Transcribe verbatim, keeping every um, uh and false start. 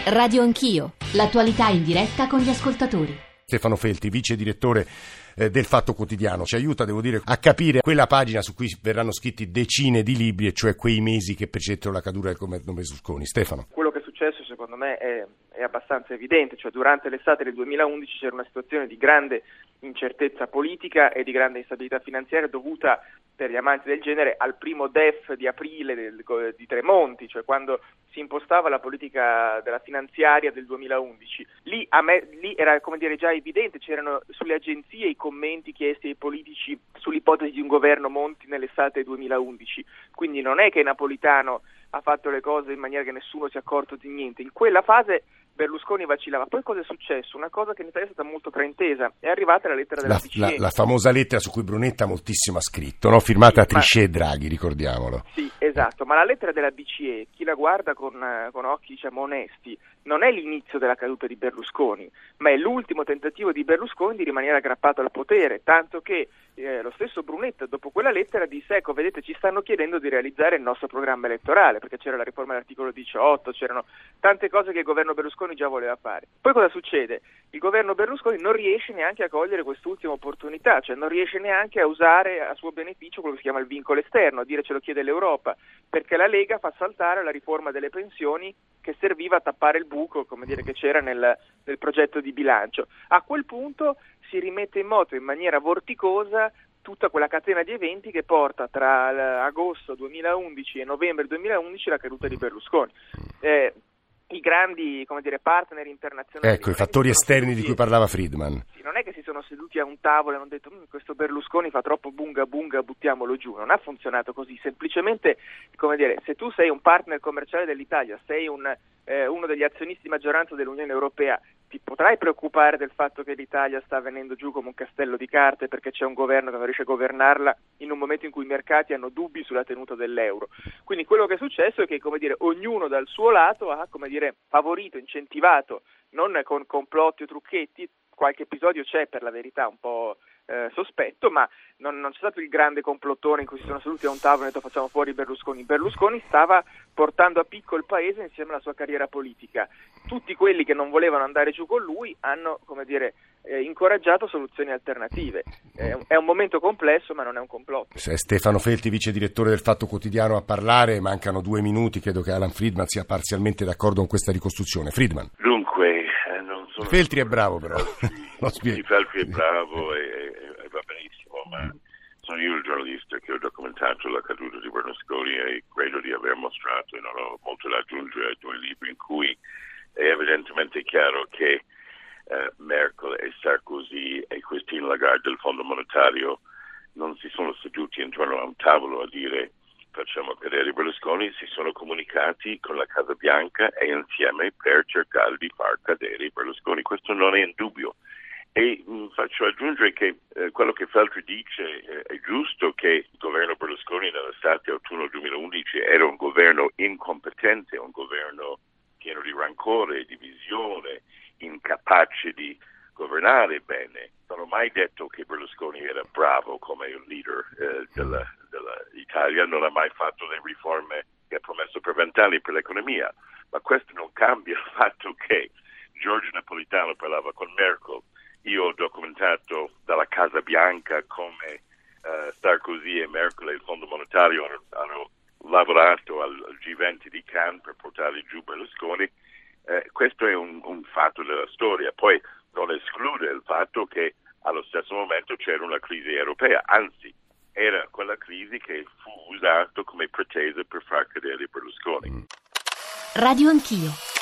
Radio Anch'io, l'attualità in diretta con gli ascoltatori. Stefano Feltri, vice direttore eh, del Fatto Quotidiano, ci aiuta, devo dire, a capire quella pagina su cui verranno scritti decine di libri, e cioè quei mesi che precettero la caduta del governo Berlusconi. Stefano. Quello che è successo, secondo me, è, è abbastanza evidente, cioè durante l'estate del duemilaundici c'era una situazione di grande incertezza politica e di grande instabilità finanziaria dovuta, per gli amanti del genere, al primo D E F di aprile del, di Tremonti, cioè quando si impostava la politica della finanziaria del duemilaundici. Lì, a me, lì era, come dire, già evidente, c'erano sulle agenzie i commenti chiesti ai politici sull'ipotesi di un governo Monti nell'estate duemilaundici, quindi non è che Napolitano ha fatto le cose in maniera che nessuno si è accorto di niente. In quella fase Berlusconi vacillava. Poi cosa è successo? Una cosa che in Italia è stata molto fraintesa. È arrivata la lettera della la, B C E. La, la famosa lettera su cui Brunetta moltissimo ha scritto, no? Firmata sì, Trichet ma... e Draghi, ricordiamolo. Sì, esatto. Ma la lettera della B C E, chi la guarda con, con occhi, diciamo, onesti, non è l'inizio della caduta di Berlusconi, ma è l'ultimo tentativo di Berlusconi di rimanere aggrappato al potere, tanto che eh, lo stesso Brunetta dopo quella lettera disse: ecco, vedete, ci stanno chiedendo di realizzare il nostro programma elettorale, perché c'era la riforma dell'articolo diciotto, c'erano tante cose che il governo Berlusconi già voleva fare. Poi cosa succede? Il governo Berlusconi non riesce neanche a cogliere quest'ultima opportunità, cioè non riesce neanche a usare a suo beneficio quello che si chiama il vincolo esterno, a dire ce lo chiede l'Europa, perché la Lega fa saltare la riforma delle pensioni che serviva a tappare il buco, come dire, che c'era nel, nel progetto di bilancio. A quel punto si rimette in moto in maniera vorticosa tutta quella catena di eventi che porta tra agosto duemilaundici e novembre duemilaundici la caduta di Berlusconi. Eh, I grandi, come dire, partner internazionali. Ecco, i fattori esterni seduti, di cui parlava Friedman. Sì, non è che si sono seduti a un tavolo e hanno detto questo Berlusconi fa troppo bunga bunga, buttiamolo giù. Non ha funzionato così. Semplicemente, come dire, se tu sei un partner commerciale dell'Italia, sei un, eh, uno degli azionisti di maggioranza dell'Unione Europea, ti potrai preoccupare del fatto che l'Italia sta venendo giù come un castello di carte perché c'è un governo che non riesce a governarla in un momento in cui i mercati hanno dubbi sulla tenuta dell'euro. Quindi quello che è successo è che, come dire, ognuno dal suo lato ha, come dire, favorito, incentivato, non con complotti o trucchetti. Qualche episodio c'è, per la verità, un po' eh, sospetto, ma non, non c'è stato il grande complottone in cui si sono seduti a un tavolo e hanno detto facciamo fuori Berlusconi. Berlusconi stava portando a picco il paese insieme alla sua carriera politica. Tutti quelli che non volevano andare giù con lui hanno, come dire, eh, incoraggiato soluzioni alternative. Eh, è un momento complesso, ma non è un complotto. Se Stefano Feltri, vice direttore del Fatto Quotidiano, a parlare. Mancano due minuti, credo che Alan Friedman sia parzialmente d'accordo con questa ricostruzione. Friedman. Dunque, eh, non sono... Feltri è bravo, però. Sì, Feltri è bravo e, e, e va benissimo, ma sono io il giornalista che ho documentato la caduta di Berlusconi e credo di aver mostrato, e non ho molto da aggiungere ai due libri, in cui è evidentemente chiaro che eh, Merkel e Sarkozy e Christine Lagarde del Fondo Monetario non si sono seduti intorno a un tavolo a dire facciamo cadere Berlusconi, si sono comunicati con la Casa Bianca e insieme per cercare di far cadere Berlusconi. Questo non è in dubbio. E mh, faccio aggiungere che eh, quello che Feltri dice eh, è giusto, che il governo Berlusconi nell'estate autunno duemilaundici era un governo incompetente, un governo pieno di rancore, divisione, incapace di governare bene. Non ho mai detto che Berlusconi era bravo come leader eh, della, dell'Italia, non ha mai fatto le riforme che ha promesso per vent'anni per l'economia, ma questo non cambia il fatto che Giorgio Napolitano parlava con Merkel. Io ho documentato dalla Casa Bianca come uh, Sarkozy e Merkel e il Fondo Monetario hanno, hanno lavorato al, al G venti di Cannes per portare giù Berlusconi. Eh, questo è un, un fatto della storia. Poi non esclude il fatto che allo stesso momento c'era una crisi europea, anzi era quella crisi che fu usata come pretesa per far cadere Berlusconi. Radio Anch'io.